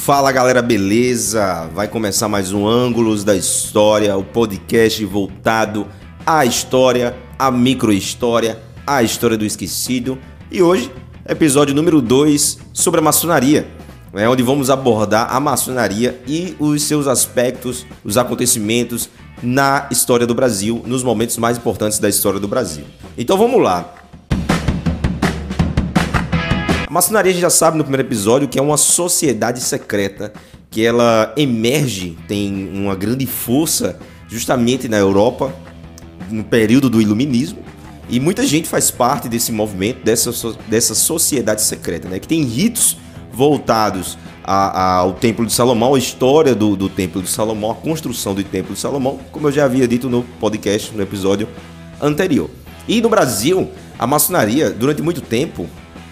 Fala galera, beleza? Vai começar mais um Ângulos da História, o podcast voltado à história, à micro-história, à história do esquecido. E hoje, episódio número 2 sobre a maçonaria, onde vamos abordar a maçonaria e os seus aspectos, os acontecimentos na história do Brasil, nos momentos mais importantes da história do Brasil. Então vamos lá. A maçonaria a gente já sabe no primeiro episódio que é uma sociedade secreta, que ela emerge, tem uma grande força justamente na Europa, no período do Iluminismo, e muita gente faz parte desse movimento, dessa sociedade secreta, né? Que tem ritos voltados ao Templo de Salomão, a história do Templo de Salomão, a construção do Templo de Salomão, como eu já havia dito no podcast, no episódio anterior. E no Brasil, a maçonaria, durante muito tempo,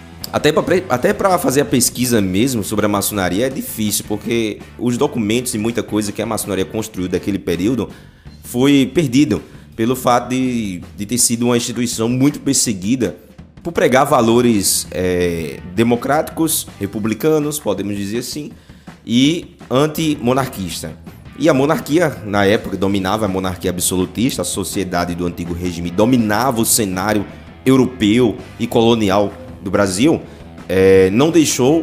até para fazer a pesquisa mesmo sobre a maçonaria é difícil, porque os documentos e muita coisa que a maçonaria construiu daquele período foi perdido pelo fato de ter sido uma instituição muito perseguida por pregar valores democráticos, republicanos, podemos dizer assim, e anti-monarquista. E a monarquia, na época, dominava a monarquia absolutista, a sociedade do antigo regime dominava o cenário europeu e colonial do Brasil, não deixou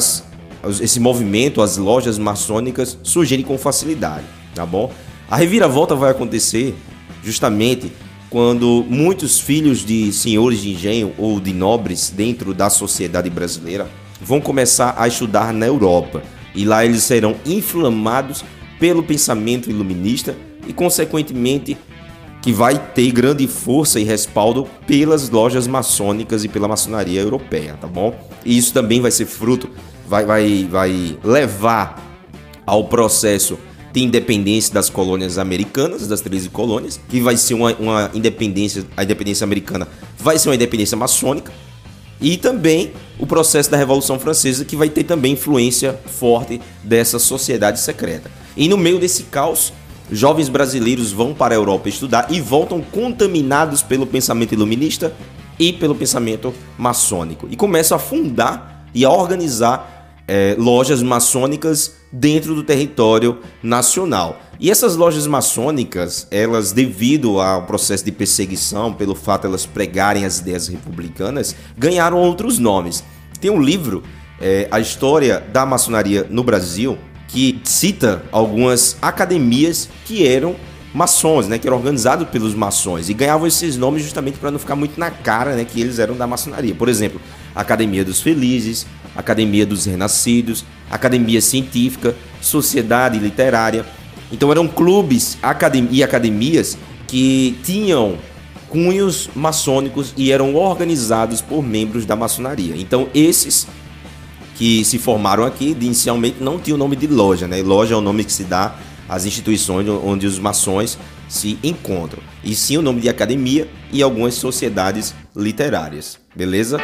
esse movimento, as lojas maçônicas surgirem com facilidade, tá bom? A reviravolta vai acontecer justamente quando muitos filhos de senhores de engenho ou de nobres dentro da sociedade brasileira vão começar a estudar na Europa, e lá eles serão inflamados pelo pensamento iluminista e, consequentemente, que vai ter grande força e respaldo pelas lojas maçônicas e pela maçonaria europeia, tá bom? E isso também vai ser fruto, vai levar ao processo de independência das colônias americanas, das 13 colônias, que vai ser uma independência, a independência americana vai ser uma independência maçônica, e também o processo da Revolução Francesa, que vai ter também influência forte dessa sociedade secreta. E no meio desse caos, jovens brasileiros vão para a Europa estudar e voltam contaminados pelo pensamento iluminista e pelo pensamento maçônico. E começam a fundar e a organizar lojas maçônicas dentro do território nacional. E essas lojas maçônicas, elas, devido ao processo de perseguição, pelo fato de elas pregarem as ideias republicanas, ganharam outros nomes. Tem um livro, A História da Maçonaria no Brasil, que cita algumas academias que eram maçons, né, que eram organizados pelos maçons, e ganhavam esses nomes justamente para não ficar muito na cara, né, que eles eram da maçonaria. Por exemplo, Academia dos Felizes, Academia dos Renascidos, Academia Científica, Sociedade Literária. Então eram clubes e academias que tinham cunhos maçônicos e eram organizados por membros da maçonaria. Então esses que se formaram aqui, inicialmente não tinha o nome de loja, né? Loja é o nome que se dá às instituições onde os maçons se encontram. E sim o nome de academia e algumas sociedades literárias, beleza?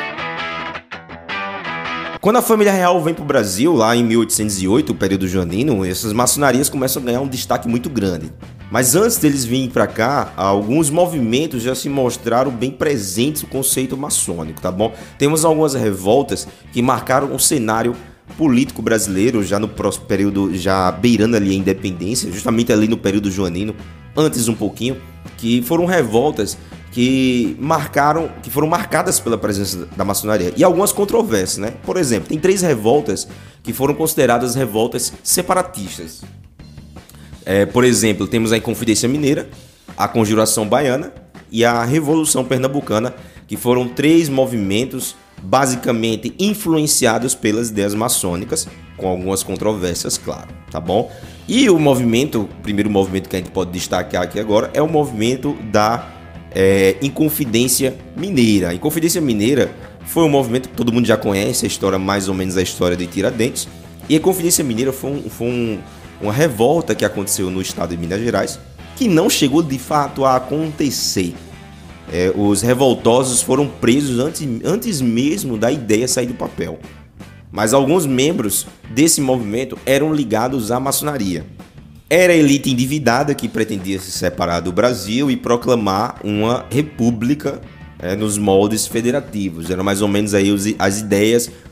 Quando a família real vem para o Brasil, lá em 1808, o período joanino, essas maçonarias começam a ganhar um destaque muito grande. Mas antes deles virem para cá, alguns movimentos já se mostraram bem presentes no conceito maçônico, tá bom? Temos algumas revoltas que marcaram o cenário político brasileiro já no período, já beirando ali a independência, justamente ali no período joanino, antes um pouquinho, que foram revoltas que foram marcadas pela presença da maçonaria e algumas controvérsias, né? Por exemplo, tem 3 revoltas que foram consideradas revoltas separatistas. Por exemplo, temos a Inconfidência Mineira, a Conjuração Baiana e a Revolução Pernambucana, que foram 3 movimentos basicamente influenciados pelas ideias maçônicas, com algumas controvérsias, claro, tá bom? E o primeiro movimento que a gente pode destacar aqui agora é o movimento da Inconfidência Mineira. A Inconfidência Mineira foi um movimento que todo mundo já conhece, a história, mais ou menos a história de Tiradentes, e a Inconfidência Mineira foi uma revolta que aconteceu no estado de Minas Gerais, que não chegou de fato a acontecer. Os revoltosos foram presos antes mesmo da ideia sair do papel. Mas alguns membros desse movimento eram ligados à maçonaria. Era a elite endividada que pretendia se separar do Brasil e proclamar uma república nos moldes federativos. Eram mais ou menos aí as ideias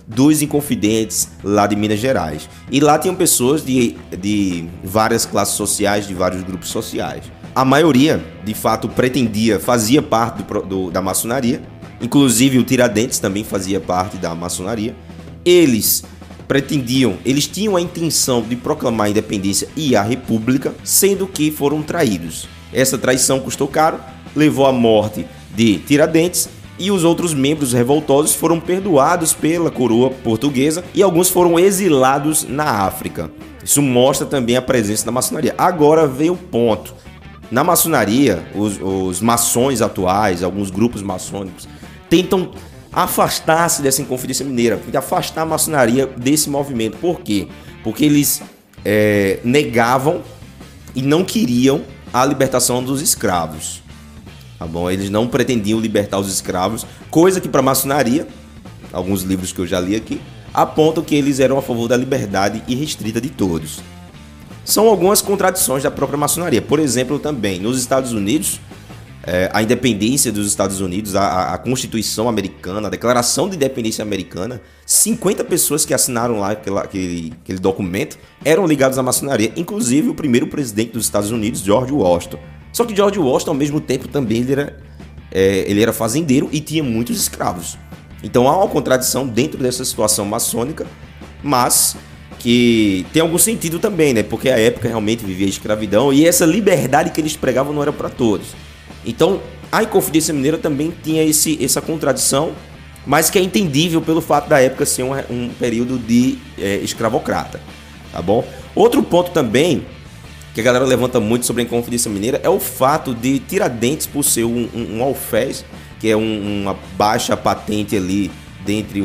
dos Inconfidentes lá de Minas Gerais. E lá tinham pessoas de várias classes sociais, de vários grupos sociais. A maioria, de fato, fazia parte da maçonaria. Inclusive o Tiradentes também fazia parte da maçonaria. Eles tinham a intenção de proclamar a independência e a república, sendo que foram traídos. Essa traição custou caro, levou à morte de Tiradentes, e os outros membros revoltosos foram perdoados pela coroa portuguesa e alguns foram exilados na África. Isso mostra também a presença da maçonaria. Agora vem o ponto. Na maçonaria, os maçons atuais, alguns grupos maçônicos, tentam afastar-se dessa Inconfidência Mineira, tentam afastar a maçonaria desse movimento. Por quê? Porque eles negavam e não queriam a libertação dos escravos. Tá bom? Eles não pretendiam libertar os escravos, coisa que para a maçonaria, alguns livros que eu já li aqui, apontam que eles eram a favor da liberdade irrestrita de todos. São algumas contradições da própria maçonaria. Por exemplo, também nos Estados Unidos, a independência dos Estados Unidos, a Constituição americana, a Declaração de Independência americana, 50 pessoas que assinaram lá aquele documento eram ligados à maçonaria, inclusive o primeiro presidente dos Estados Unidos, George Washington. Só que George Washington, ao mesmo tempo, também ele era fazendeiro e tinha muitos escravos. Então há uma contradição dentro dessa situação maçônica, mas que tem algum sentido também, né? Porque a época realmente vivia a escravidão e essa liberdade que eles pregavam não era para todos. Então a Inconfidência Mineira também tinha essa contradição, mas que é entendível pelo fato da época ser um período de escravocrata, tá bom? Outro ponto também que a galera levanta muito sobre a Inconfidência Mineira é o fato de Tiradentes, por ser um alfez, que é uma baixa patente ali dentre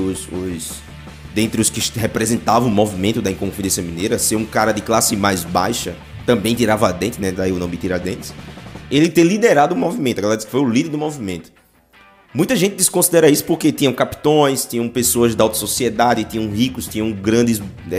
os que representavam o movimento da Inconfidência Mineira, ser um cara de classe mais baixa, também tirava dente, né? Daí o nome Tiradentes. Ele ter liderado o movimento, a galera diz que foi o líder do movimento. Muita gente desconsidera isso porque tinham capitões, tinham pessoas da alta sociedade, tinham ricos, tinham grandes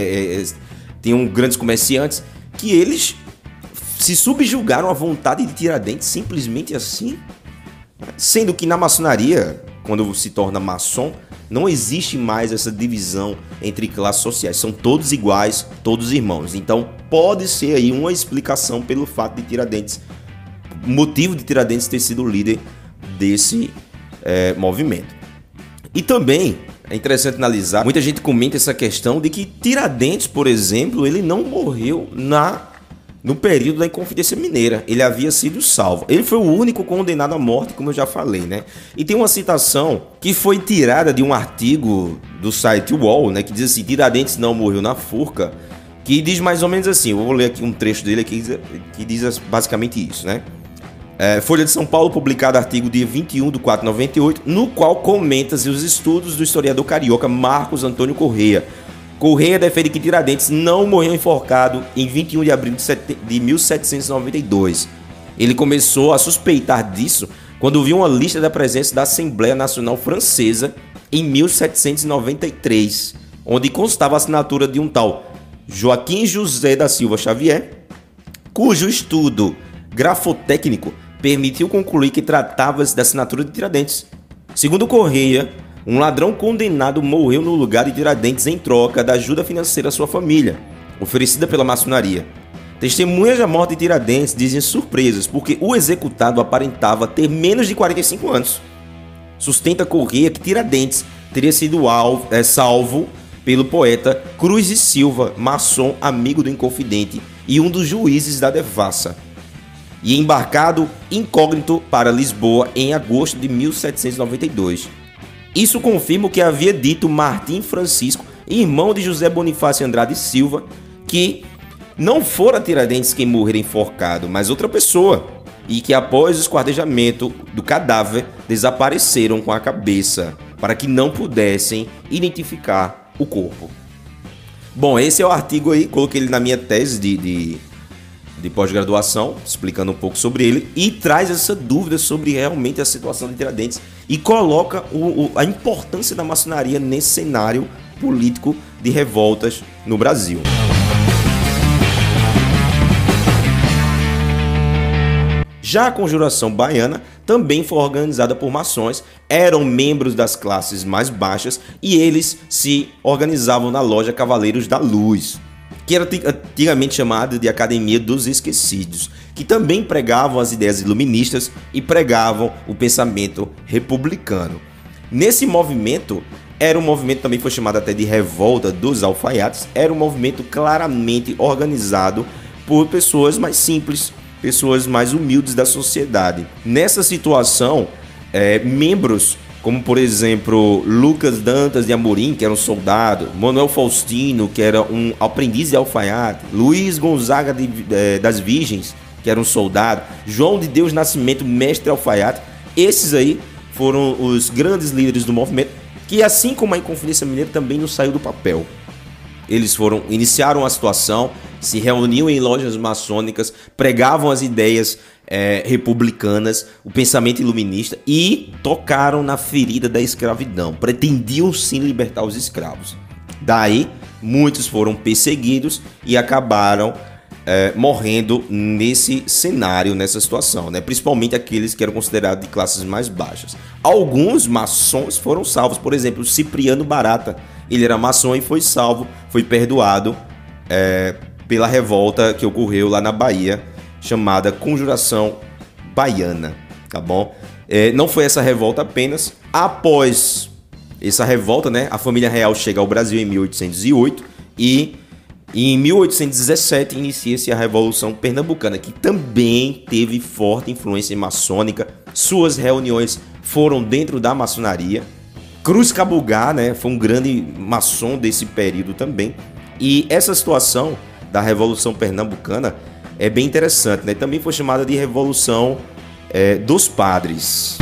comerciantes, que eles se subjugaram à vontade de Tiradentes simplesmente assim, sendo que na maçonaria, quando se torna maçom, não existe mais essa divisão entre classes sociais, são todos iguais, todos irmãos. Então pode ser aí uma explicação pelo fato de Tiradentes, motivo de Tiradentes ter sido o líder desse movimento. E também é interessante analisar, muita gente comenta essa questão de que Tiradentes, por exemplo, ele não morreu no período da Inconfidência Mineira, ele havia sido salvo. Ele foi o único condenado à morte, como eu já falei, né? E tem uma citação que foi tirada de um artigo do site UOL, né? Que diz assim, Tiradentes não morreu na forca, que diz mais ou menos assim, eu vou ler aqui um trecho dele aqui, que diz basicamente isso, né? Folha de São Paulo, publicado artigo dia 21/4/98, no qual comenta-se os estudos do historiador carioca Marcos Antônio Corrêa. Corrêa defende que Tiradentes não morreu enforcado em 21 de abril de 1792. Ele começou a suspeitar disso quando viu uma lista da presença da Assembleia Nacional Francesa em 1793, onde constava a assinatura de um tal Joaquim José da Silva Xavier, cujo estudo grafotécnico permitiu concluir que tratava-se da assinatura de Tiradentes. Segundo Corrêa, um ladrão condenado morreu no lugar de Tiradentes em troca da ajuda financeira à sua família, oferecida pela maçonaria. Testemunhas da morte de Tiradentes dizem surpresas, porque o executado aparentava ter menos de 45 anos. Sustenta Corrêa que Tiradentes teria sido salvo pelo poeta Cruz e Silva, maçom amigo do Inconfidente e um dos juízes da devassa, e embarcado incógnito para Lisboa em agosto de 1792. Isso confirma o que havia dito Martim Francisco, irmão de José Bonifácio Andrade Silva, que não fora Tiradentes quem morrera enforcado, mas outra pessoa, e que após o esquartejamento do cadáver desapareceram com a cabeça, para que não pudessem identificar o corpo. Bom, esse é o artigo aí, coloquei ele na minha tese de pós-graduação, explicando um pouco sobre ele, e traz essa dúvida sobre realmente a situação de Tiradentes e coloca a importância da maçonaria nesse cenário político de revoltas no Brasil. Já a Conjuração Baiana também foi organizada por maçons, eram membros das classes mais baixas e eles se organizavam na loja Cavaleiros da Luz, que era antigamente chamada de Academia dos Esquecidos, que também pregavam as ideias iluministas e pregavam o pensamento republicano. Nesse movimento, era um movimento também foi chamado até de Revolta dos Alfaiates, era um movimento claramente organizado por pessoas mais simples, pessoas mais humildes da sociedade. Nessa situação, membros como, por exemplo, Lucas Dantas de Amorim, que era um soldado, Manuel Faustino, que era um aprendiz de alfaiate, Luiz Gonzaga das Virgens, que era um soldado, João de Deus Nascimento, mestre alfaiate, esses aí foram os grandes líderes do movimento, que assim como a Inconfidência Mineira também não saiu do papel. Eles iniciaram a situação, se reuniam em lojas maçônicas, pregavam as ideias republicanas, o pensamento iluminista e tocaram na ferida da escravidão. Pretendiam sim libertar os escravos. Daí, muitos foram perseguidos e acabaram morrendo nesse cenário, nessa situação, né? Principalmente aqueles que eram considerados de classes mais baixas. Alguns maçons foram salvos, por exemplo, Cipriano Barata, ele era maçom e foi salvo, foi perdoado pela revolta que ocorreu lá na Bahia, chamada Conjuração Baiana, tá bom? Não foi essa revolta apenas. Após essa revolta, né, a família real chega ao Brasil em 1808 e em 1817 inicia-se a Revolução Pernambucana, que também teve forte influência maçônica. Suas reuniões foram dentro da maçonaria. Cruz Cabugá, né, foi um grande maçom desse período também. E essa situação da Revolução Pernambucana é bem interessante, né? Também foi chamada de Revolução dos Padres.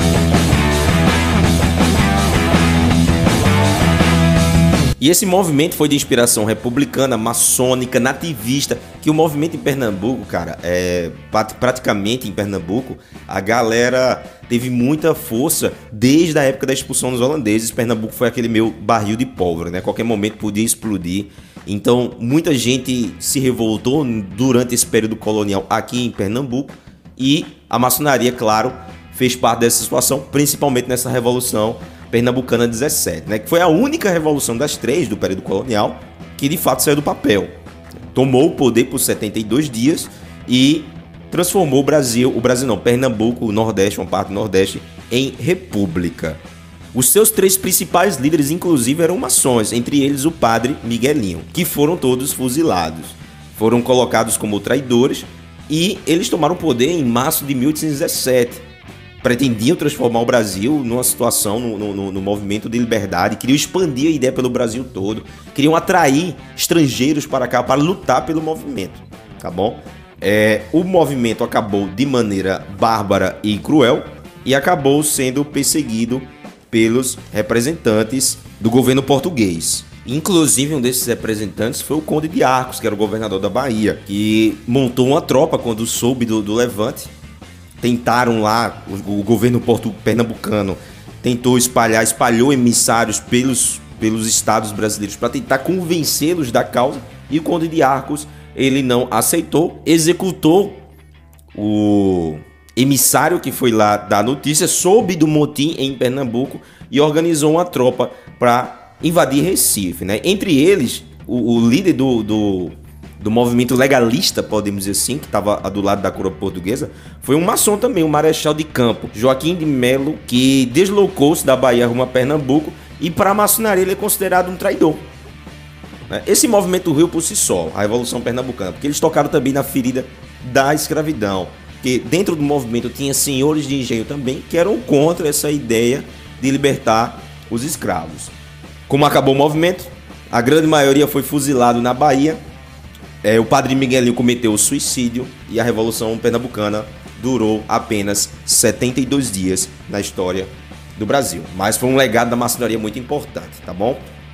E esse movimento foi de inspiração republicana, maçônica, nativista, que o movimento em Pernambuco, cara, praticamente em Pernambuco, a galera teve muita força desde a época da expulsão dos holandeses. Pernambuco foi aquele meio barril de pólvora, né? Qualquer momento podia explodir. Então, muita gente se revoltou durante esse período colonial aqui em Pernambuco e a maçonaria, claro, fez parte dessa situação, principalmente nessa Revolução Pernambucana 17, né? Que foi a única revolução das três do período colonial que de fato saiu do papel. Tomou o poder por 72 dias e transformou Pernambuco, o Nordeste, uma parte do Nordeste, em república. Os seus três principais líderes, inclusive, eram maçons, entre eles o padre Miguelinho, que foram todos fuzilados. Foram colocados como traidores e eles tomaram o poder em março de 1817. Pretendiam transformar o Brasil numa situação, no movimento de liberdade, queriam expandir a ideia pelo Brasil todo, queriam atrair estrangeiros para cá para lutar pelo movimento, tá bom? O movimento acabou de maneira bárbara e cruel e acabou sendo perseguido pelos representantes do governo português. Inclusive, um desses representantes foi o Conde de Arcos, que era o governador da Bahia, que montou uma tropa quando soube do levante. Tentaram lá, o governo pernambucano espalhou emissários pelos estados brasileiros para tentar convencê-los da causa, e o Conde de Arcos, ele não aceitou, executou o emissário que foi lá dar notícia, soube do motim em Pernambuco e organizou uma tropa para invadir Recife, né? Entre eles, o líder do movimento legalista, podemos dizer assim, que estava do lado da coroa portuguesa, foi um maçom também, o Marechal de Campo, Joaquim de Melo, que deslocou-se da Bahia rumo a Pernambuco e para a maçonaria ele é considerado um traidor. Esse movimento ruiu por si só, a Revolução Pernambucana, porque eles tocaram também na ferida da escravidão, porque dentro do movimento tinha senhores de engenho também que eram contra essa ideia de libertar os escravos. Como acabou o movimento, a grande maioria foi fuzilado na Bahia. O padre Miguelinho cometeu o suicídio e a Revolução Pernambucana durou apenas 72 dias na história do Brasil. Mas foi um legado da maçonaria muito importante, tá bom?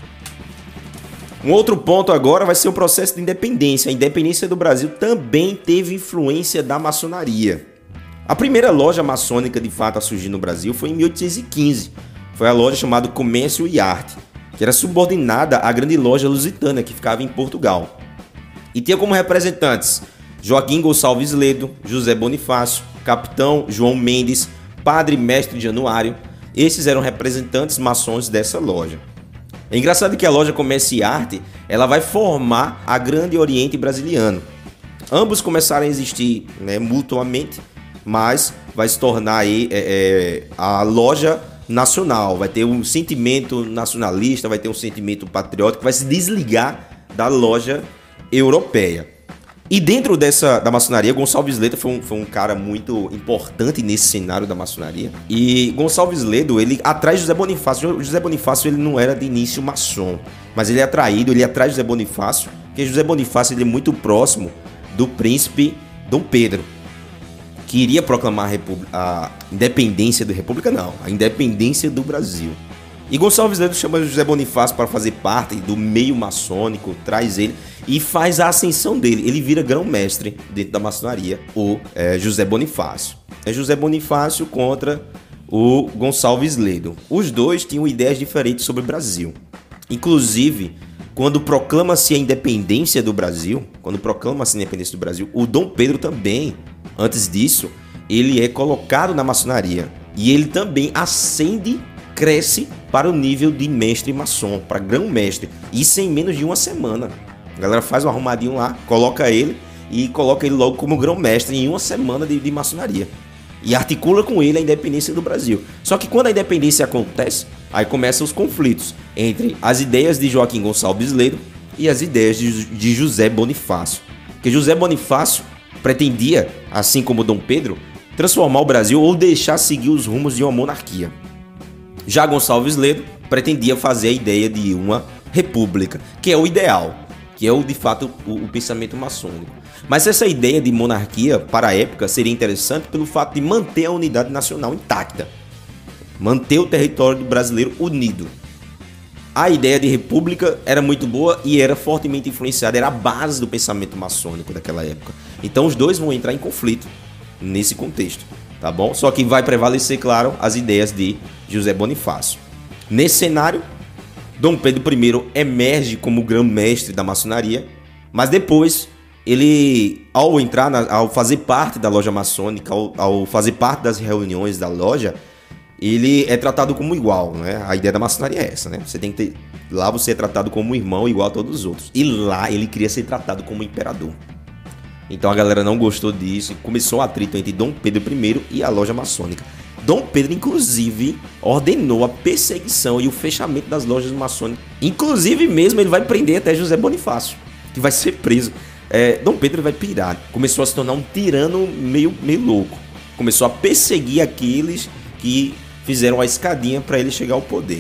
Um outro ponto agora vai ser o processo de independência. A independência do Brasil também teve influência da maçonaria. A primeira loja maçônica de fato a surgir no Brasil foi em 1815. Foi a loja chamada Comércio e Arte, que era subordinada à grande loja lusitana que ficava em Portugal. E tinha como representantes Joaquim Gonçalves Ledo, José Bonifácio, Capitão João Mendes, Padre Mestre Januário. Esses eram representantes maçons dessa loja. É engraçado que a loja Comércio e Arte, ela vai formar a Grande Oriente Brasiliano. Ambos começaram a existir, né, mutuamente, mas vai se tornar aí, a loja nacional. Vai ter um sentimento nacionalista, vai ter um sentimento patriótico, vai se desligar da loja europeia. E dentro da maçonaria, Gonçalves Ledo foi um cara muito importante nesse cenário da maçonaria. E Gonçalves Ledo, ele atrai José Bonifácio. José Bonifácio, ele não era de início maçom, mas ele é atraído, ele atrai José Bonifácio, porque José Bonifácio ele é muito próximo do príncipe Dom Pedro, que iria proclamar a independência da República, não, a independência do Brasil. E Gonçalves Ledo chama José Bonifácio para fazer parte do meio maçônico, traz ele e faz a ascensão dele. Ele vira grão-mestre dentro da maçonaria, o José Bonifácio. É José Bonifácio contra o Gonçalves Ledo. Os dois tinham ideias diferentes sobre o Brasil. Inclusive, quando proclama-se a independência do Brasil, o Dom Pedro também, antes disso, ele é colocado na maçonaria. E ele também cresce para o nível de mestre maçom, para grão-mestre. Isso em menos de uma semana. A galera faz um arrumadinho lá, coloca ele logo como grão-mestre em uma semana de maçonaria. E articula com ele a independência do Brasil. Só que quando a independência acontece, aí começam os conflitos entre as ideias de Joaquim Gonçalves Ledo e as ideias de José Bonifácio. Porque José Bonifácio pretendia, assim como Dom Pedro, transformar o Brasil ou deixar seguir os rumos de uma monarquia. Já Gonçalves Ledo pretendia fazer a ideia de uma república, que é o ideal, que é de fato o pensamento maçônico. Mas essa ideia de monarquia, para a época, seria interessante pelo fato de manter a unidade nacional intacta, manter o território brasileiro unido. A ideia de república era muito boa e era fortemente influenciada, era a base do pensamento maçônico daquela época. Então os dois vão entrar em conflito nesse contexto. Tá bom? Só que vai prevalecer, claro, as ideias de José Bonifácio. Nesse cenário, Dom Pedro I emerge como grão-mestre da maçonaria, mas depois ele, ao fazer parte da loja maçônica, ao fazer parte das reuniões da loja, ele é tratado como igual, né? A ideia da maçonaria é essa, né? Lá você é tratado como irmão igual a todos os outros. E lá ele queria ser tratado como imperador. Então a galera não gostou disso e começou um atrito entre Dom Pedro I e a loja maçônica. Dom Pedro, inclusive, ordenou a perseguição e o fechamento das lojas maçônicas. Inclusive mesmo ele vai prender até José Bonifácio, que vai ser preso. Dom Pedro vai pirar, começou a se tornar um tirano meio louco. Começou a perseguir aqueles que fizeram a escadinha para ele chegar ao poder.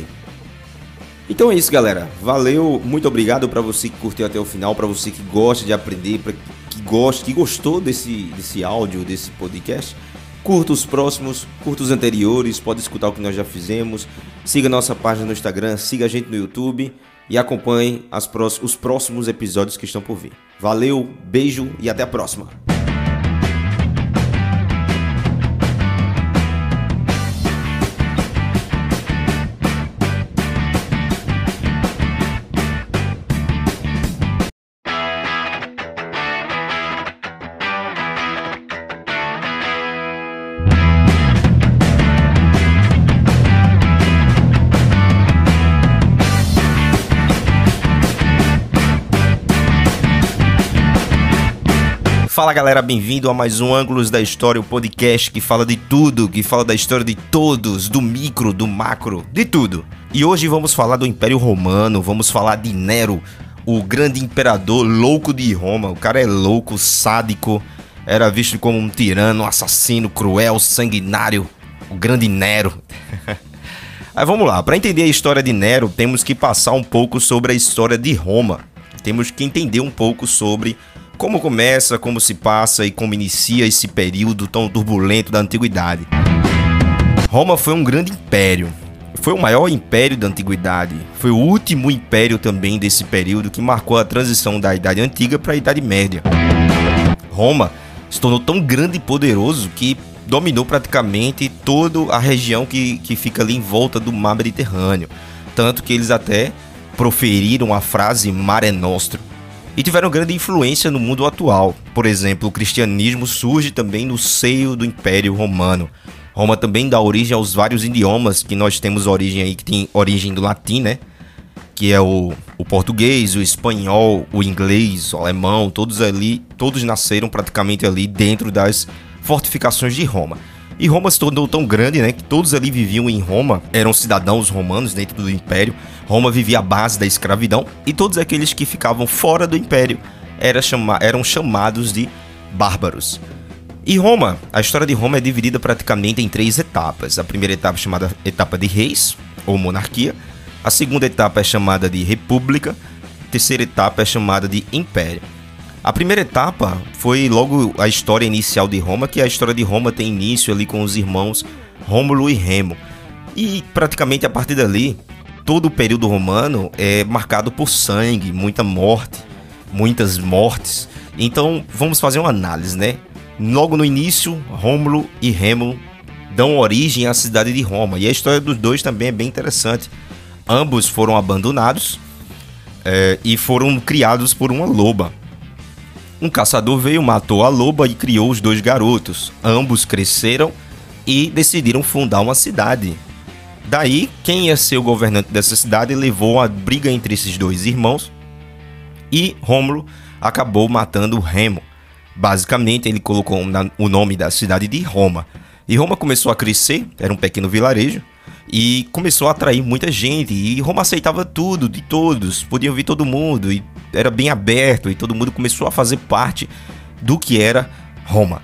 Então é isso, galera. Valeu, muito obrigado para você que curtiu até o final, para você que gosta de aprender, que gostou desse áudio, desse podcast. Curta os próximos, curta os anteriores, pode escutar o que nós já fizemos. Siga nossa página no Instagram, siga a gente no YouTube e acompanhe os próximos episódios que estão por vir. Valeu, beijo e até a próxima. Fala galera, bem-vindo a mais um Ângulos da História, o podcast que fala de tudo, que fala da história de todos, do micro, do macro, de tudo. E hoje vamos falar do Império Romano, vamos falar de Nero, o grande imperador louco de Roma. O cara é louco, sádico, era visto como um tirano, um assassino, cruel, sanguinário, o grande Nero. Aí vamos lá, para entender a história de Nero, temos que passar um pouco sobre a história de Roma. Temos que entender um pouco sobre como começa, como se passa e como inicia esse período tão turbulento da antiguidade. Roma foi um grande império. Foi o maior império da antiguidade. Foi o último império também desse período que marcou a transição da Idade Antiga para a Idade Média. Roma se tornou tão grande e poderoso que dominou praticamente toda a região que fica ali em volta do mar Mediterrâneo. Tanto que eles até proferiram a frase Mare Nostrum. E tiveram grande influência no mundo atual. Por exemplo, o cristianismo surge também no seio do Império Romano. Roma também dá origem aos vários idiomas que nós temos origem aí, que tem origem do latim, né? Que é o português, o espanhol, o inglês, o alemão, todos nasceram praticamente ali dentro das fortificações de Roma. E Roma se tornou tão grande, né, que todos ali viviam em Roma, eram cidadãos romanos dentro do Império. Roma vivia à base da escravidão e todos aqueles que ficavam fora do Império eram chamados de bárbaros. E Roma, a história de Roma é dividida praticamente em 3 etapas. A primeira etapa é chamada etapa de reis, ou monarquia. A segunda etapa é chamada de república. A terceira etapa é chamada de império. A primeira etapa foi logo a história inicial de Roma, que a história de Roma tem início ali com os irmãos Rômulo e Remo. E praticamente a partir dali, todo o período romano é marcado por sangue, muita morte, muitas mortes. Então vamos fazer uma análise, né? Logo no início, Rômulo e Remo dão origem à cidade de Roma. E a história dos dois também é bem interessante. Ambos foram abandonados e foram criados por uma loba. Um caçador veio, matou a loba e criou os 2 garotos. Ambos cresceram e decidiram fundar uma cidade. Daí, quem ia ser o governante dessa cidade levou a briga entre esses 2 irmãos e Rômulo acabou matando Remo. Basicamente, ele colocou o nome da cidade de Roma. E Roma começou a crescer, era um pequeno vilarejo, e começou a atrair muita gente. E Roma aceitava tudo, de todos, podiam vir todo mundo, e era bem aberto, e todo mundo começou a fazer parte do que era Roma.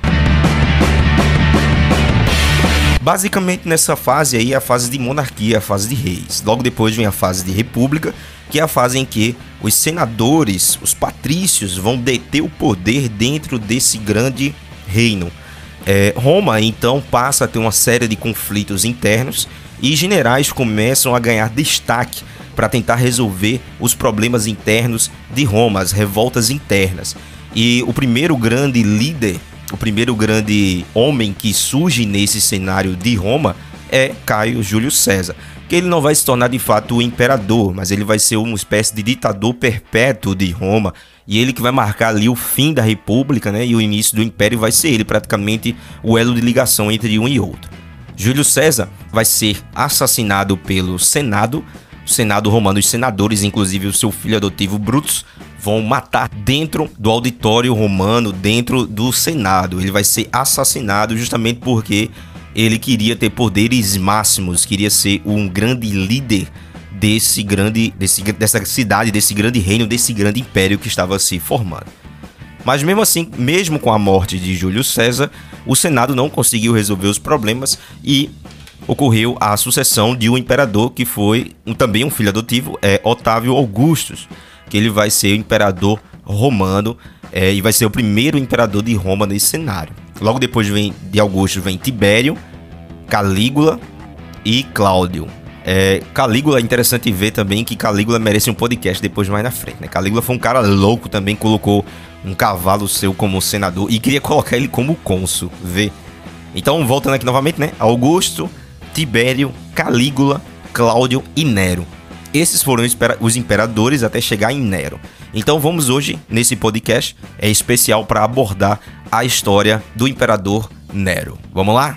Basicamente, nessa fase aí, é a fase de monarquia, a fase de reis. Logo depois vem a fase de república, que é a fase em que os senadores, os patrícios, vão deter o poder dentro desse grande reino. Roma, então, passa a ter uma série de conflitos internos e generais começam a ganhar destaque para tentar resolver os problemas internos de Roma, as revoltas internas. E o primeiro grande líder, o primeiro grande homem que surge nesse cenário de Roma é Caio Júlio César, que ele não vai se tornar de fato o imperador, mas ele vai ser uma espécie de ditador perpétuo de Roma, e ele que vai marcar ali o fim da república, né, e o início do império. Vai ser ele praticamente o elo de ligação entre um e outro. Júlio César vai ser assassinado pelo Senado, o Senado romano, os senadores, inclusive o seu filho adotivo Brutus, vão matar dentro do auditório romano, dentro do Senado. Ele vai ser assassinado justamente porque ele queria ter poderes máximos, queria ser um grande líder dessa cidade, desse grande reino, desse grande império que estava se formando. Mas mesmo assim, mesmo com a morte de Júlio César, o Senado não conseguiu resolver os problemas e ocorreu a sucessão de um imperador que foi também um filho adotivo, Otávio Augustus, que ele vai ser o imperador romano e vai ser o primeiro imperador de Roma nesse cenário. Logo depois de Augusto vem Tibério, Calígula e Cláudio. Calígula, é interessante ver também que Calígula merece um podcast depois mais na frente, né? Calígula foi um cara louco também, colocou um cavalo seu como senador e queria colocar ele como cônsul, vê? Então, voltando aqui novamente, né? Augusto, Tibério, Calígula, Cláudio e Nero. Esses foram os imperadores até chegar em Nero. Então vamos hoje, nesse podcast, especial para abordar a história do imperador Nero. Vamos lá?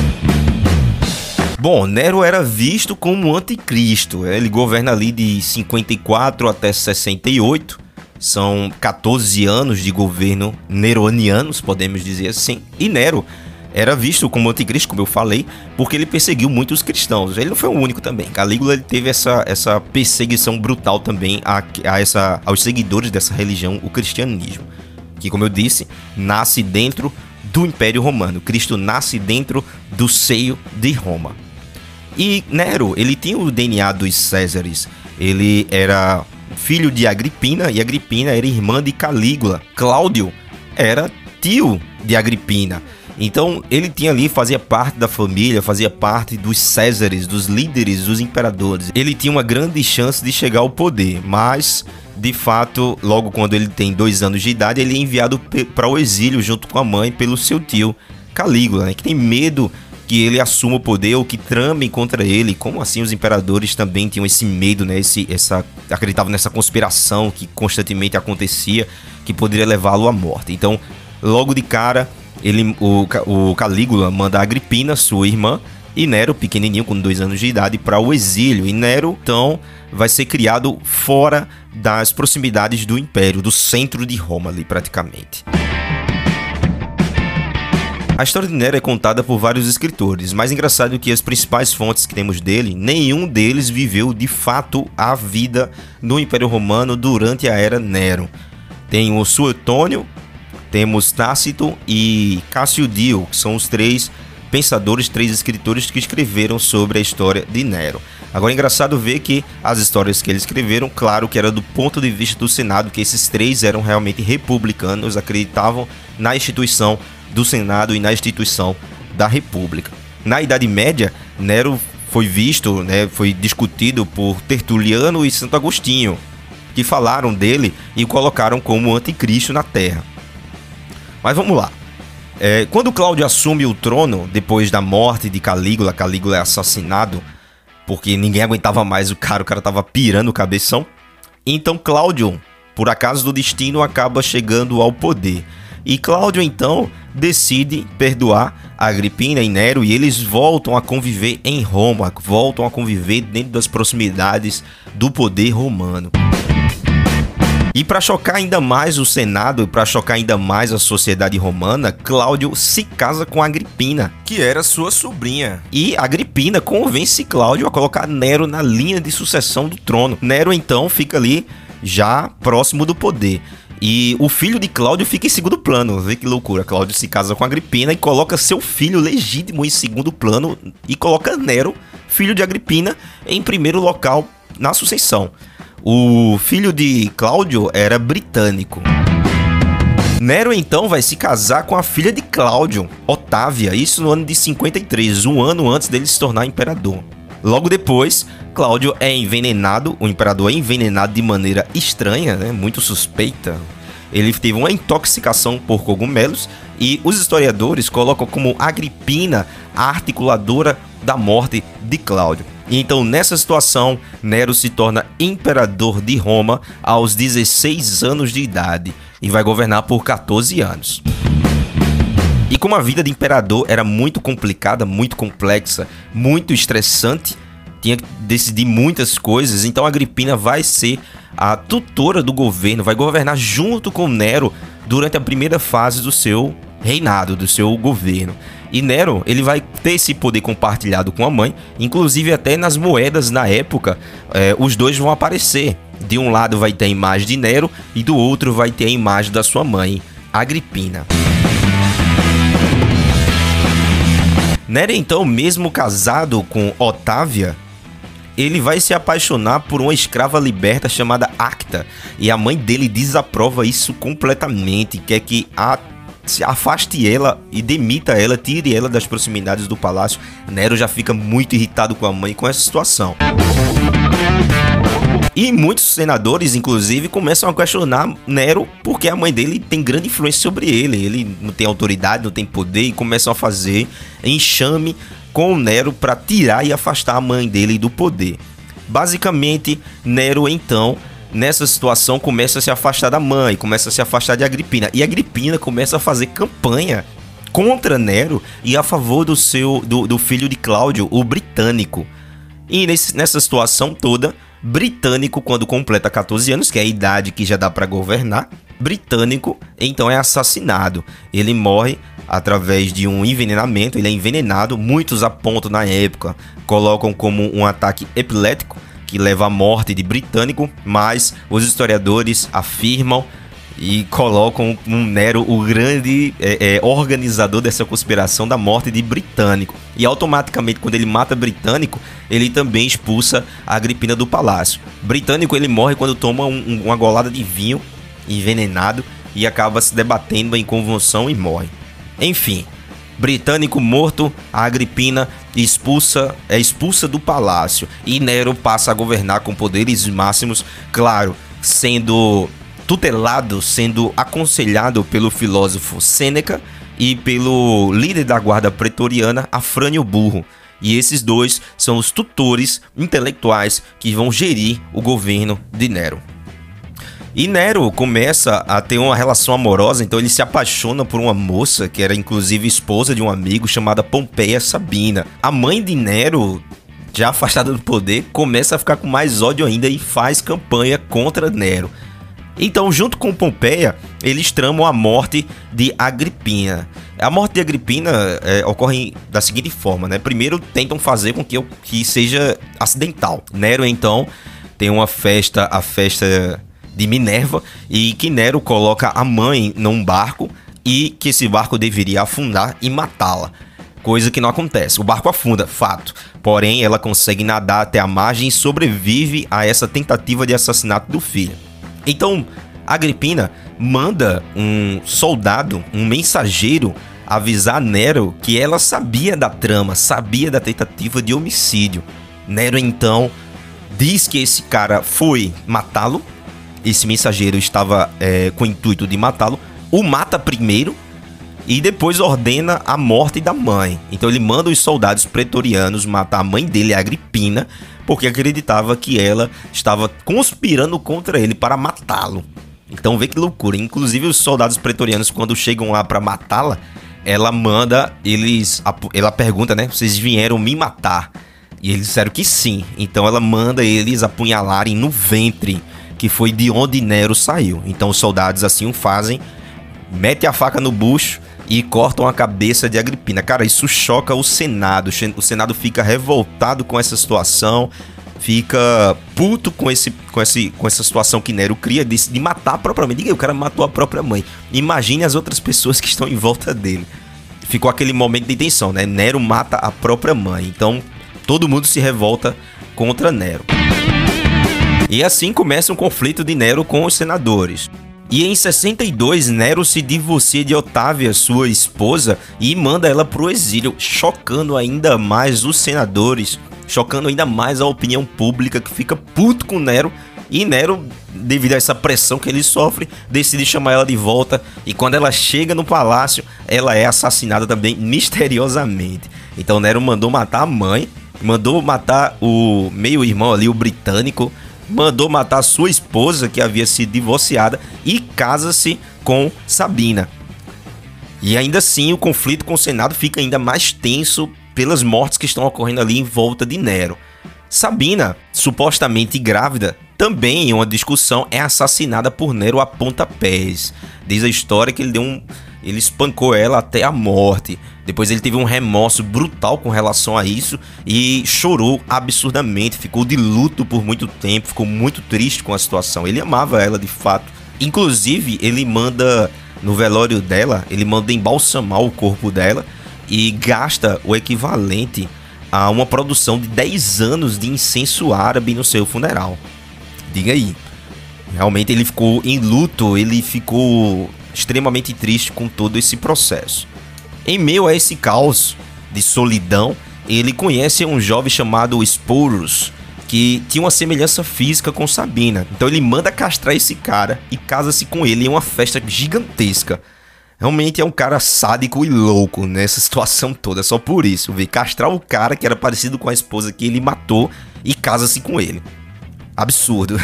Bom, Nero era visto como um anticristo. Ele governa ali de 54 até 68. São 14 anos de governo neronianos, podemos dizer assim. E Nero era visto como anticristo, como eu falei, porque ele perseguiu muitos cristãos. Ele não foi o único também. Calígula ele teve essa perseguição brutal também aos seguidores dessa religião, o cristianismo. Que, como eu disse, nasce dentro do Império Romano. Cristo nasce dentro do seio de Roma. E Nero, ele tinha o DNA dos Césares. Ele era filho de Agripina, e Agripina era irmã de Calígula. Cláudio era tio de Agripina. Então ele tinha ali, fazia parte da família, fazia parte dos Césares, dos líderes, dos imperadores. Ele tinha uma grande chance de chegar ao poder, mas de fato, logo quando ele tem 2 anos de idade, ele é enviado para o exílio junto com a mãe pelo seu tio Calígula, né, que tem medo que ele assuma o poder ou que tramem contra ele. Como assim os imperadores também tinham esse medo, né? Acreditavam nessa conspiração que constantemente acontecia, que poderia levá-lo à morte. Então, logo de cara, o Calígula manda Agripina, sua irmã, e Nero, pequenininho, com 2 anos de idade, para o exílio. E Nero, então, vai ser criado fora das proximidades do Império, do centro de Roma ali, praticamente. A história de Nero é contada por vários escritores, mas engraçado que as principais fontes que temos dele, nenhum deles viveu de fato a vida no Império Romano durante a era Nero. Tem o Suetônio, temos Tácito e Cássio Dio, que são os 3 pensadores, 3 escritores que escreveram sobre a história de Nero. Agora é engraçado ver que as histórias que eles escreveram, claro que era do ponto de vista do Senado, que esses 3 eram realmente republicanos, acreditavam na instituição do Senado e na instituição da República. Na Idade Média, Nero foi visto, foi discutido por Tertuliano e Santo Agostinho, que falaram dele e o colocaram como anticristo na Terra. Mas vamos lá. Quando Cláudio assume o trono, depois da morte de Calígula, Calígula é assassinado, porque ninguém aguentava mais o cara tava pirando o cabeção. Então Cláudio, por acaso do destino, acaba chegando ao poder. E Cláudio, então, decide perdoar Agripina e Nero e eles voltam a conviver em Roma, voltam a conviver dentro das proximidades do poder romano. E para chocar ainda mais o Senado e para chocar ainda mais a sociedade romana, Cláudio se casa com Agripina, que era sua sobrinha. E Agripina convence Cláudio a colocar Nero na linha de sucessão do trono. Nero então fica ali já próximo do poder. E o filho de Cláudio fica em segundo plano. Vê que loucura. Cláudio se casa com Agripina e coloca seu filho legítimo em segundo plano e coloca Nero, filho de Agripina, em primeiro local na sucessão. O filho de Cláudio era britânico. Nero então vai se casar com a filha de Cláudio, Otávia, isso no ano de 53, um ano antes dele se tornar imperador. Logo depois, Cláudio é envenenado, o imperador é envenenado de maneira estranha, muito suspeita. Ele teve uma intoxicação por cogumelos e os historiadores colocam como Agripina a articuladora da morte de Cláudio. Então, nessa situação, Nero se torna imperador de Roma aos 16 anos de idade e vai governar por 14 anos. E como a vida de imperador era muito complicada, muito complexa, muito estressante, tinha que decidir muitas coisas, então Agripina vai ser a tutora do governo, vai governar junto com Nero durante a primeira fase do seu reinado, do seu governo. E Nero, ele vai ter esse poder compartilhado com a mãe, inclusive até nas moedas na época, os dois vão aparecer. De um lado vai ter a imagem de Nero e do outro vai ter a imagem da sua mãe, Agripina. Nero, então, mesmo casado com Otávia, ele vai se apaixonar por uma escrava liberta chamada Acta, e a mãe dele desaprova isso completamente, quer que se afaste ela e demita ela, tire ela das proximidades do palácio. Nero já fica muito irritado com a mãe com essa situação. E muitos senadores, inclusive, começam a questionar Nero porque a mãe dele tem grande influência sobre ele. Ele não tem autoridade, não tem poder e começam a fazer enxame com Nero para tirar e afastar a mãe dele do poder. Basicamente, Nero, então, nessa situação, começa a se afastar da mãe, começa a se afastar de Agripina. E Agripina começa a fazer campanha contra Nero e a favor do filho de Cláudio, o Britânico. E nessa situação toda, Britânico, quando completa 14 anos, que é a idade que já dá para governar, Britânico então é assassinado. Ele morre através de um envenenamento, ele é envenenado. Muitos apontam na época, colocam como um ataque epilético que leva à morte de Britânico, mas os historiadores afirmam e colocam um Nero o grande organizador dessa conspiração da morte de Britânico. E automaticamente, quando ele mata Britânico, ele também expulsa a Agripina do palácio. Britânico ele morre quando toma uma golada de vinho envenenado e acaba se debatendo em convulsão e morre. Enfim, Britânico morto, a Agripina é expulsa do palácio e Nero passa a governar com poderes máximos, claro, sendo tutelado, sendo aconselhado pelo filósofo Sêneca e pelo líder da guarda pretoriana, Afrânio Burro. E esses dois são os tutores intelectuais que vão gerir o governo de Nero. E Nero começa a ter uma relação amorosa, então ele se apaixona por uma moça que era inclusive esposa de um amigo chamada Pompeia Sabina. A mãe de Nero, já afastada do poder, começa a ficar com mais ódio ainda e faz campanha contra Nero. Então, junto com Pompeia, eles tramam a morte de Agripina. A morte de Agripina ocorre da seguinte forma, né? Primeiro, tentam fazer com que seja acidental. Nero, então, tem uma festa, a festa de Minerva, e que Nero coloca a mãe num barco e que esse barco deveria afundar e matá-la. Coisa que não acontece. O barco afunda, fato. Porém, ela consegue nadar até a margem e sobrevive a essa tentativa de assassinato do filho. Então, Agripina manda um soldado, um mensageiro, avisar Nero que ela sabia da trama, sabia da tentativa de homicídio. Nero, então, diz que esse cara foi matá-lo. Esse mensageiro estava com o intuito de matá-lo. O mata primeiro e depois ordena a morte da mãe. Então ele manda os soldados pretorianos matar a mãe dele, Agripina, porque acreditava que ela estava conspirando contra ele para matá-lo. Então vê que loucura. Inclusive os soldados pretorianos, quando chegam lá para matá-la, ela manda eles... Ela pergunta, né? Vocês vieram me matar? E eles disseram que sim. Então ela manda eles apunhalarem no ventre, que foi de onde Nero saiu. Então os soldados assim o fazem, metem a faca no bucho e cortam a cabeça de Agripina. Cara, isso choca o Senado. O Senado fica revoltado com essa situação, fica puto com essa situação que Nero cria de matar a própria mãe. Diga aí, o cara matou a própria mãe. Imagine as outras pessoas que estão em volta dele. Ficou aquele momento de tensão, né? Nero mata a própria mãe. Então todo mundo se revolta contra Nero. E assim começa um conflito de Nero com os senadores. E em 62, Nero se divorcia de Otávia, sua esposa, e manda ela pro exílio, chocando ainda mais os senadores, chocando ainda mais a opinião pública, que fica puto com Nero. E Nero, devido a essa pressão que ele sofre, decide chamar ela de volta. E quando ela chega no palácio, ela é assassinada também misteriosamente. Então Nero mandou matar a mãe, mandou matar o meio-irmão ali, o britânico, mandou matar sua esposa, que havia sido divorciada, e casa-se com Sabina. E ainda assim o conflito com o Senado fica ainda mais tenso pelas mortes que estão ocorrendo ali em volta de Nero. Sabina, supostamente grávida, também em uma discussão é assassinada por Nero a pontapés. Diz a história que ele espancou ela até a morte. Depois ele teve um remorso brutal com relação a isso e chorou absurdamente, ficou de luto por muito tempo, ficou muito triste com a situação. Ele amava ela de fato. Inclusive, ele manda, no velório dela, ele manda embalsamar o corpo dela e gasta o equivalente a uma produção de 10 anos de incenso árabe no seu funeral. Diga aí. Realmente ele ficou em luto, ele ficou extremamente triste com todo esse processo. Em meio a esse caos de solidão, ele conhece um jovem chamado Sporus, que tinha uma semelhança física com Sabina. Então ele manda castrar esse cara e casa-se com ele em uma festa gigantesca. Realmente é um cara sádico e louco nessa situação toda, só por isso. Veio castrar o cara que era parecido com a esposa que ele matou e casa-se com ele. Absurdo.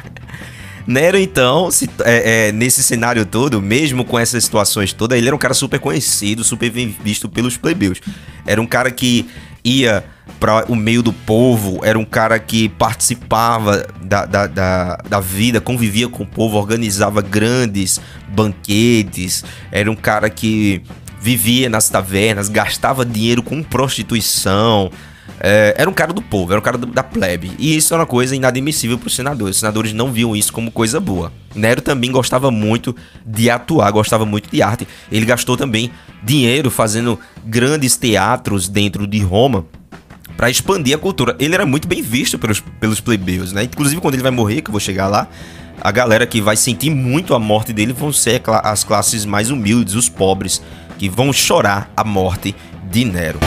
Nero, então, nesse cenário todo, mesmo com essas situações todas, ele era um cara super conhecido, super bem visto pelos plebeus. Era um cara que ia para o meio do povo, era um cara que participava da vida, convivia com o povo, organizava grandes banquetes, era um cara que vivia nas tavernas, gastava dinheiro com prostituição. Era um cara do povo, era um cara da plebe. E isso era uma coisa inadmissível para os senadores. Os senadores não viam isso como coisa boa. Nero também gostava muito de atuar, gostava muito de arte. Ele gastou também dinheiro fazendo grandes teatros dentro de Roma para expandir a cultura. Ele era muito bem visto pelos plebeus, né? Inclusive quando ele vai morrer, que eu vou chegar lá, a galera que vai sentir muito a morte dele vão ser as classes mais humildes, os pobres, que vão chorar a morte de Nero.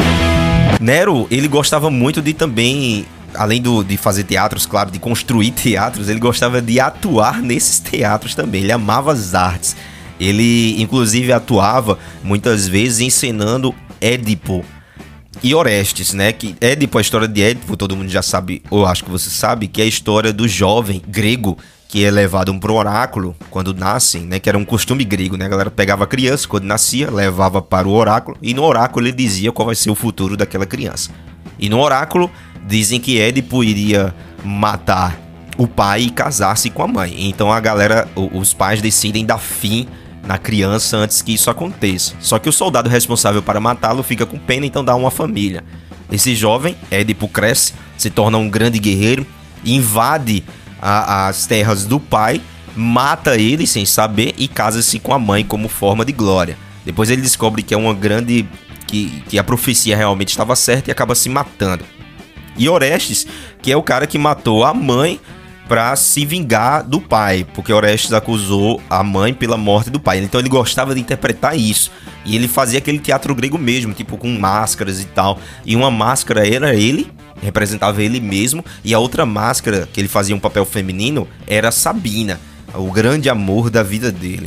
Nero, ele gostava muito de também, além de fazer teatros, claro, de construir teatros, ele gostava de atuar nesses teatros também. Ele amava as artes. Ele, inclusive, atuava muitas vezes encenando Édipo e Orestes, né? Que Édipo, a história de Édipo, todo mundo já sabe, ou acho que você sabe, que é a história do jovem grego que é levado para o oráculo quando nascem, né, que era um costume grego, né, a galera pegava a criança quando nascia, levava para o oráculo, e no oráculo ele dizia qual vai ser o futuro daquela criança. E no oráculo dizem que Édipo iria matar o pai e casar-se com a mãe. Então a galera, os pais decidem dar fim na criança antes que isso aconteça. Só que o soldado responsável para matá-lo fica com pena, então dá uma família. Esse jovem, Édipo, cresce, se torna um grande guerreiro, invade as terras do pai, mata ele sem saber e casa-se com a mãe como forma de glória. Depois ele descobre que é uma grande... que a profecia realmente estava certa e acaba se matando. E Orestes, que é o cara que matou a mãe para se vingar do pai, porque Orestes acusou a mãe pela morte do pai. Então ele gostava de interpretar isso. E ele fazia aquele teatro grego mesmo, tipo com máscaras e tal. E uma máscara era ele, representava ele mesmo, e a outra máscara, que ele fazia um papel feminino, era Sabina, o grande amor da vida dele.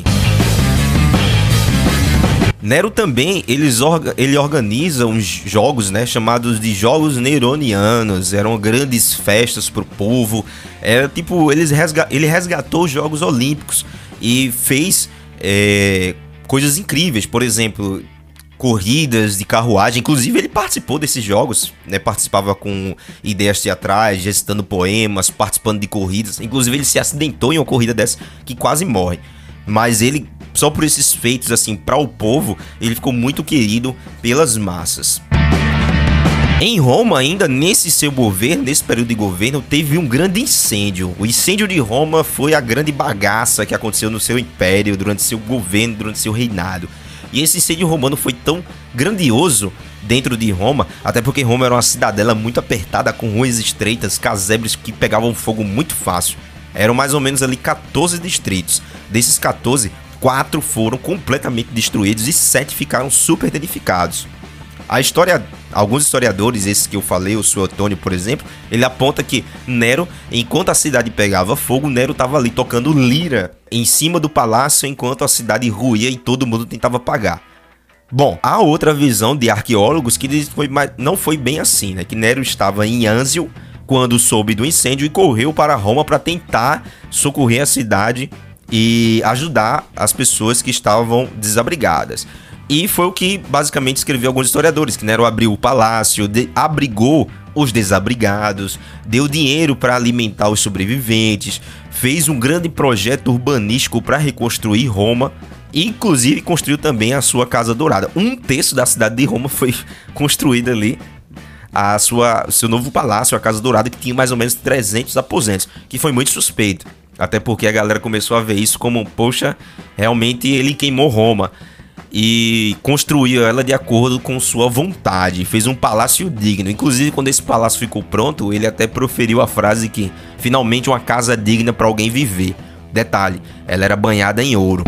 Nero também, ele organiza uns jogos, né, chamados de Jogos Neronianos. Eram grandes festas pro povo. Era tipo, ele resgatou os Jogos Olímpicos e fez coisas incríveis. Por exemplo, corridas de carruagem. Inclusive ele participou desses jogos, né, participava com ideias teatrais, recitando poemas, participando de corridas. Inclusive ele se acidentou em uma corrida dessa que quase morre. Mas ele, só por esses feitos assim para o povo, ele ficou muito querido pelas massas. Em Roma, ainda nesse seu governo, nesse período de governo, teve um grande incêndio. O incêndio de Roma foi a grande bagaça que aconteceu no seu império, durante seu governo, durante seu reinado. E esse incêndio romano foi tão grandioso dentro de Roma, até porque Roma era uma cidadela muito apertada, com ruas estreitas, casebres que pegavam fogo muito fácil. Eram mais ou menos ali 14 distritos. Desses 14, 4 foram completamente destruídos e 7 ficaram super danificados. Alguns historiadores, esses que eu falei, o Suetônio, por exemplo, ele aponta que Nero, enquanto a cidade pegava fogo, Nero estava ali tocando lira em cima do palácio enquanto a cidade ruía e todo mundo tentava apagar. Bom, há outra visão de arqueólogos que diz que não foi bem assim, né? Que Nero estava em Anzio quando soube do incêndio e correu para Roma para tentar socorrer a cidade e ajudar as pessoas que estavam desabrigadas. E foi o que basicamente escreveu alguns historiadores, que Nero abriu o palácio, abrigou os desabrigados, deu dinheiro para alimentar os sobreviventes, fez um grande projeto urbanístico para reconstruir Roma e inclusive construiu também a sua Casa Dourada. 1/3 da cidade de Roma foi construída ali, o seu novo palácio, a Casa Dourada, que tinha mais ou menos 300 aposentos, que foi muito suspeito. Até porque a galera começou a ver isso como, poxa, realmente ele queimou Roma. E construiu ela de acordo com sua vontade, fez um palácio digno. Inclusive, quando esse palácio ficou pronto, ele até proferiu a frase que finalmente uma casa digna para alguém viver. Detalhe, ela era banhada em ouro.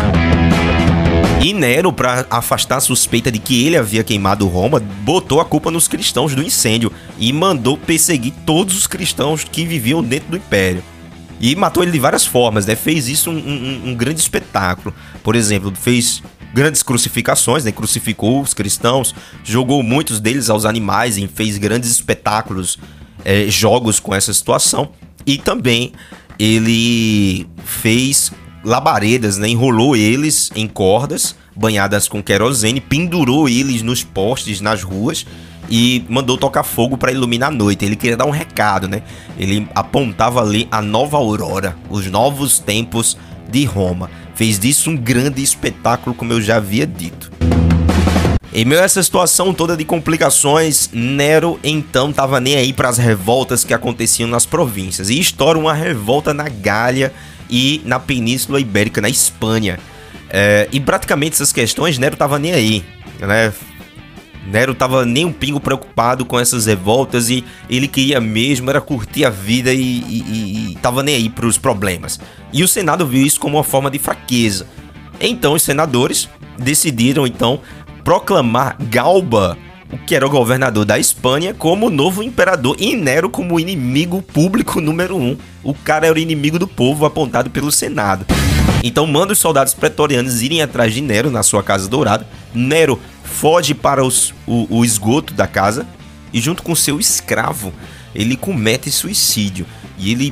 E Nero, para afastar a suspeita de que ele havia queimado Roma, botou a culpa nos cristãos do incêndio e mandou perseguir todos os cristãos que viviam dentro do império. E matou ele de várias formas, né? Fez isso um grande espetáculo. Por exemplo, fez grandes crucificações, né? Crucificou os cristãos, jogou muitos deles aos animais e fez grandes espetáculos, jogos com essa situação. E também ele fez labaredas, né? Enrolou eles em cordas banhadas com querosene, pendurou eles nos postes, nas ruas e mandou tocar fogo para iluminar a noite. Ele queria dar um recado, né? Ele apontava ali a nova aurora, os novos tempos de Roma. Fez disso um grande espetáculo, como eu já havia dito. Em meio a essa situação toda de complicações, Nero então estava nem aí para as revoltas que aconteciam nas províncias e estoura uma revolta na Gália e na Península Ibérica, na Espanha. E praticamente essas questões Nero estava nem aí, né? Nero estava nem um pingo preocupado com essas revoltas e ele queria mesmo era curtir a vida e estava nem aí para os problemas. E o Senado viu isso como uma forma de fraqueza. Então os senadores decidiram então proclamar Galba, o que era o governador da Espanha, como novo imperador e Nero como o inimigo público número 1. O cara era o inimigo do povo apontado pelo Senado. Então manda os soldados pretorianos irem atrás de Nero na sua Casa Dourada. Nero foge para o esgoto da casa e junto com seu escravo ele comete suicídio. E ele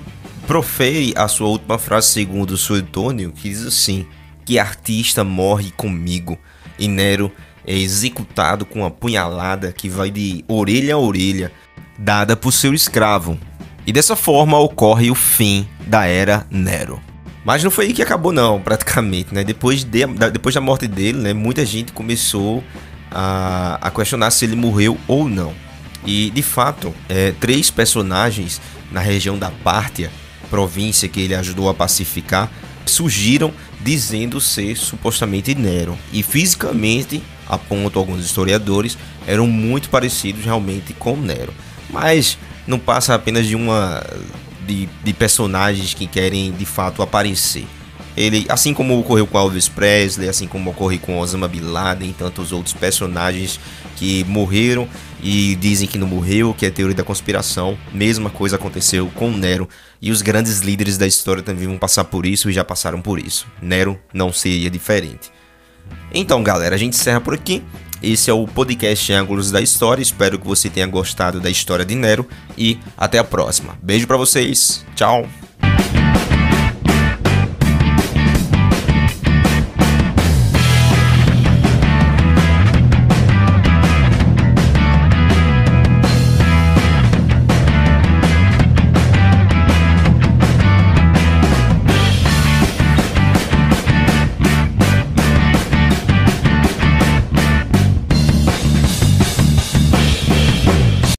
profere a sua última frase segundo Suetônio, que diz assim: que artista morre comigo, e Nero é executado com uma punhalada que vai de orelha a orelha, dada por seu escravo. E dessa forma ocorre o fim da era Nero. Mas não foi aí que acabou não, praticamente, né? Depois da morte dele, né, muita gente começou a questionar se ele morreu ou não. E, de fato, 3 personagens na região da Pártia, província que ele ajudou a pacificar, surgiram dizendo ser supostamente Nero. E fisicamente, apontam alguns historiadores, eram muito parecidos realmente com Nero. Mas não passa apenas de personagens que querem de fato aparecer. Ele, assim como ocorreu com Elvis Presley, assim como ocorreu com Osama Bin Laden e tantos outros personagens que morreram e dizem que não morreu, que é teoria da conspiração. Mesma coisa aconteceu com Nero, e os grandes líderes da história também vão passar por isso e já passaram por isso. Nero não seria diferente. Então, galera, a gente encerra por aqui. Esse é o podcast Ângulos da História. Espero que você tenha gostado da história de Nero e até a próxima. Beijo pra vocês. Tchau.